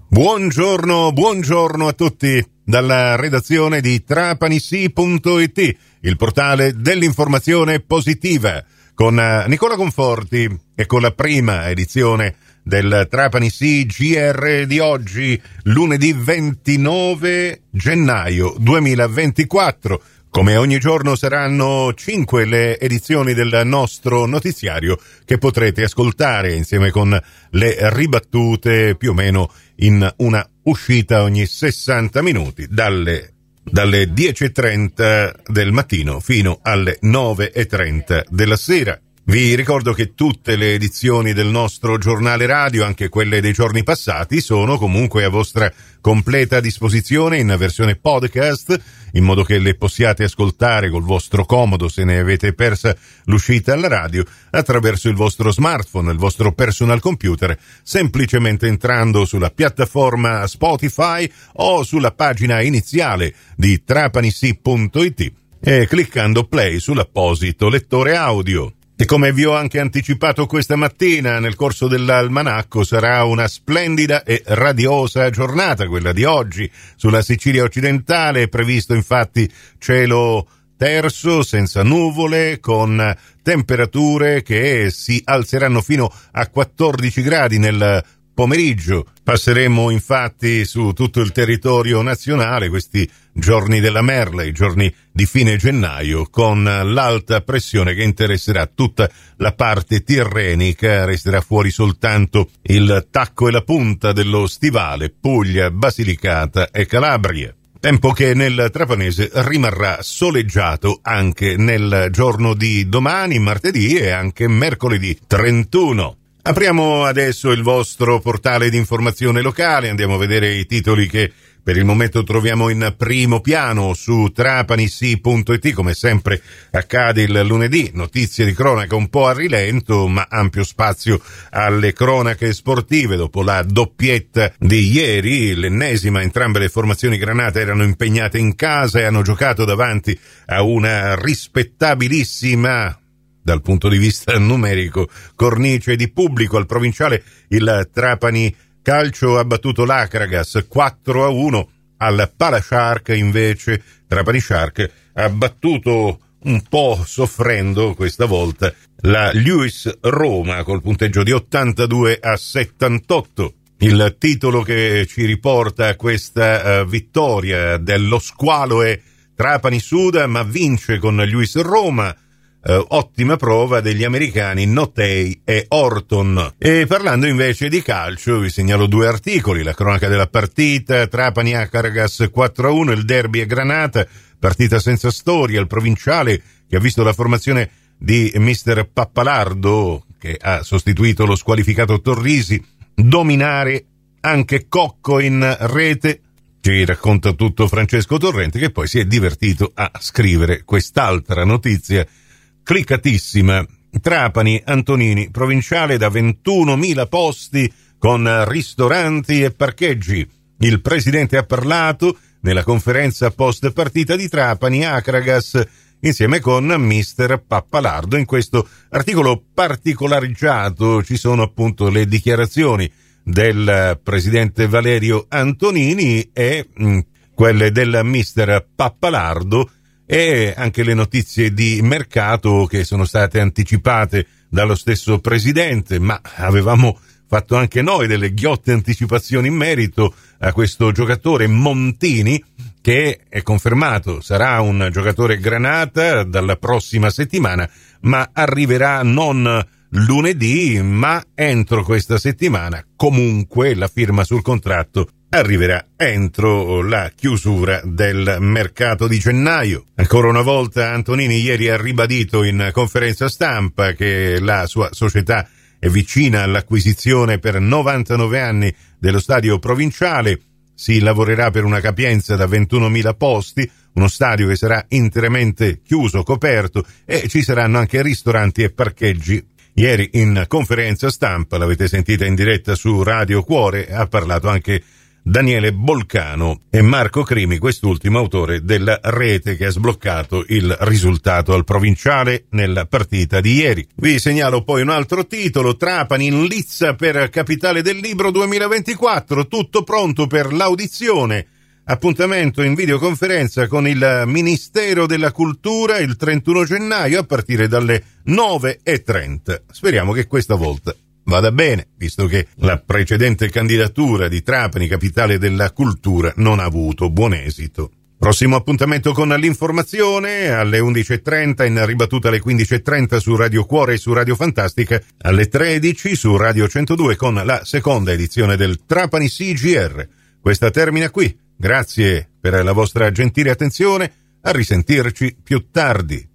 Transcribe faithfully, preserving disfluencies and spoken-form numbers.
Buongiorno, buongiorno a tutti dalla redazione di Trapanissi punto it, il portale dell'informazione positiva, con Nicola Conforti e con la prima edizione del Trapanissi G R di oggi, lunedì ventinove gennaio duemilaventiquattro. Come ogni giorno saranno cinque le edizioni del nostro notiziario che potrete ascoltare insieme con le ribattute più o meno in una uscita ogni sessanta minuti, dalle, dalle dieci e trenta del mattino fino alle nove e trenta della sera. Vi ricordo che tutte le edizioni del nostro giornale radio, anche quelle dei giorni passati, sono comunque a vostra completa disposizione in versione podcast, in modo che le possiate ascoltare col vostro comodo se ne avete persa l'uscita alla radio, attraverso il vostro smartphone, il vostro personal computer, semplicemente entrando sulla piattaforma Spotify o sulla pagina iniziale di Trapanissi punto it e cliccando play sull'apposito lettore audio. E come vi ho anche anticipato questa mattina nel corso dell'almanacco, sarà una splendida e radiosa giornata quella di oggi. Sulla Sicilia occidentale è previsto infatti cielo terso, senza nuvole, con temperature che si alzeranno fino a quattordici gradi nel pomeriggio. Passeremo infatti su tutto il territorio nazionale questi giorni della merla, i giorni di fine gennaio, con l'alta pressione che interesserà tutta la parte tirrenica. Resterà fuori soltanto il tacco e la punta dello stivale, Puglia, Basilicata e Calabria. Tempo che nel trapanese rimarrà soleggiato anche nel giorno di domani, martedì e anche mercoledì trentuno. Apriamo adesso il vostro portale di informazione locale, andiamo a vedere i titoli che per il momento troviamo in primo piano su Trapanissi punto it, come sempre accade il lunedì, notizie di cronaca un po' a rilento, ma ampio spazio alle cronache sportive. Dopo la doppietta di ieri, l'ennesima, entrambe le formazioni granate erano impegnate in casa e hanno giocato davanti a una rispettabilissima, dal punto di vista numerico, cornice di pubblico. Al provinciale il Trapani Calcio ha battuto l'Acragas quattro a uno, al Palashark invece Trapani Shark ha battuto, un po' soffrendo questa volta, la Lewis Roma col punteggio di ottantadue a settantotto. Il titolo che ci riporta a questa uh, vittoria dello squalo è Trapani suda ma vince con Lewis Roma. Uh, ottima prova degli americani Notei e Orton. E parlando invece di calcio vi segnalo due articoli: la cronaca della partita, Trapani Acragas quattro a uno, il derby a Granata, partita senza storia, il provinciale che ha visto la formazione di mister Pappalardo, che ha sostituito lo squalificato Torrisi, dominare anche Cocco in rete. Ci racconta tutto Francesco Torrente, che poi si è divertito a scrivere quest'altra notizia cliccatissima: Trapani Antonini, provinciale da ventunomila posti con ristoranti e parcheggi. Il presidente ha parlato nella conferenza post partita di Trapani Acragas insieme con mister Pappalardo. In questo articolo particolareggiato ci sono appunto le dichiarazioni del presidente Valerio Antonini e mh, quelle del mister Pappalardo, e anche le notizie di mercato che sono state anticipate dallo stesso presidente, ma avevamo fatto anche noi delle ghiotte anticipazioni in merito a questo giocatore Montini, che è confermato sarà un giocatore granata dalla prossima settimana, ma arriverà non lunedì ma entro questa settimana. Comunque la firma sul contratto arriverà entro la chiusura del mercato di gennaio. Ancora una volta Antonini ieri ha ribadito in conferenza stampa che la sua società è vicina all'acquisizione per novantanove anni dello stadio provinciale. Si lavorerà per una capienza da ventunomila posti, uno stadio che sarà interamente chiuso, coperto, e ci saranno anche ristoranti e parcheggi. Ieri in conferenza stampa, l'avete sentita in diretta su Radio Cuore, ha parlato anche Daniele Bolcano e Marco Crimi, quest'ultimo autore della rete che ha sbloccato il risultato al provinciale nella partita di ieri. Vi segnalo poi un altro titolo: Trapani in lizza per Capitale del Libro duemilaventiquattro, tutto pronto per l'audizione. Appuntamento in videoconferenza con il Ministero della Cultura il trentuno gennaio a partire dalle nove e trenta. Speriamo che questa volta vada bene, visto che la precedente candidatura di Trapani, capitale della cultura, non ha avuto buon esito. Prossimo appuntamento con l'informazione alle undici e trenta, in ribattuta alle quindici e trenta su Radio Cuore e su Radio Fantastica, alle tredici su Radio centodue con la seconda edizione del Trapani C G R. Questa termina qui. Grazie per la vostra gentile attenzione. A risentirci più tardi.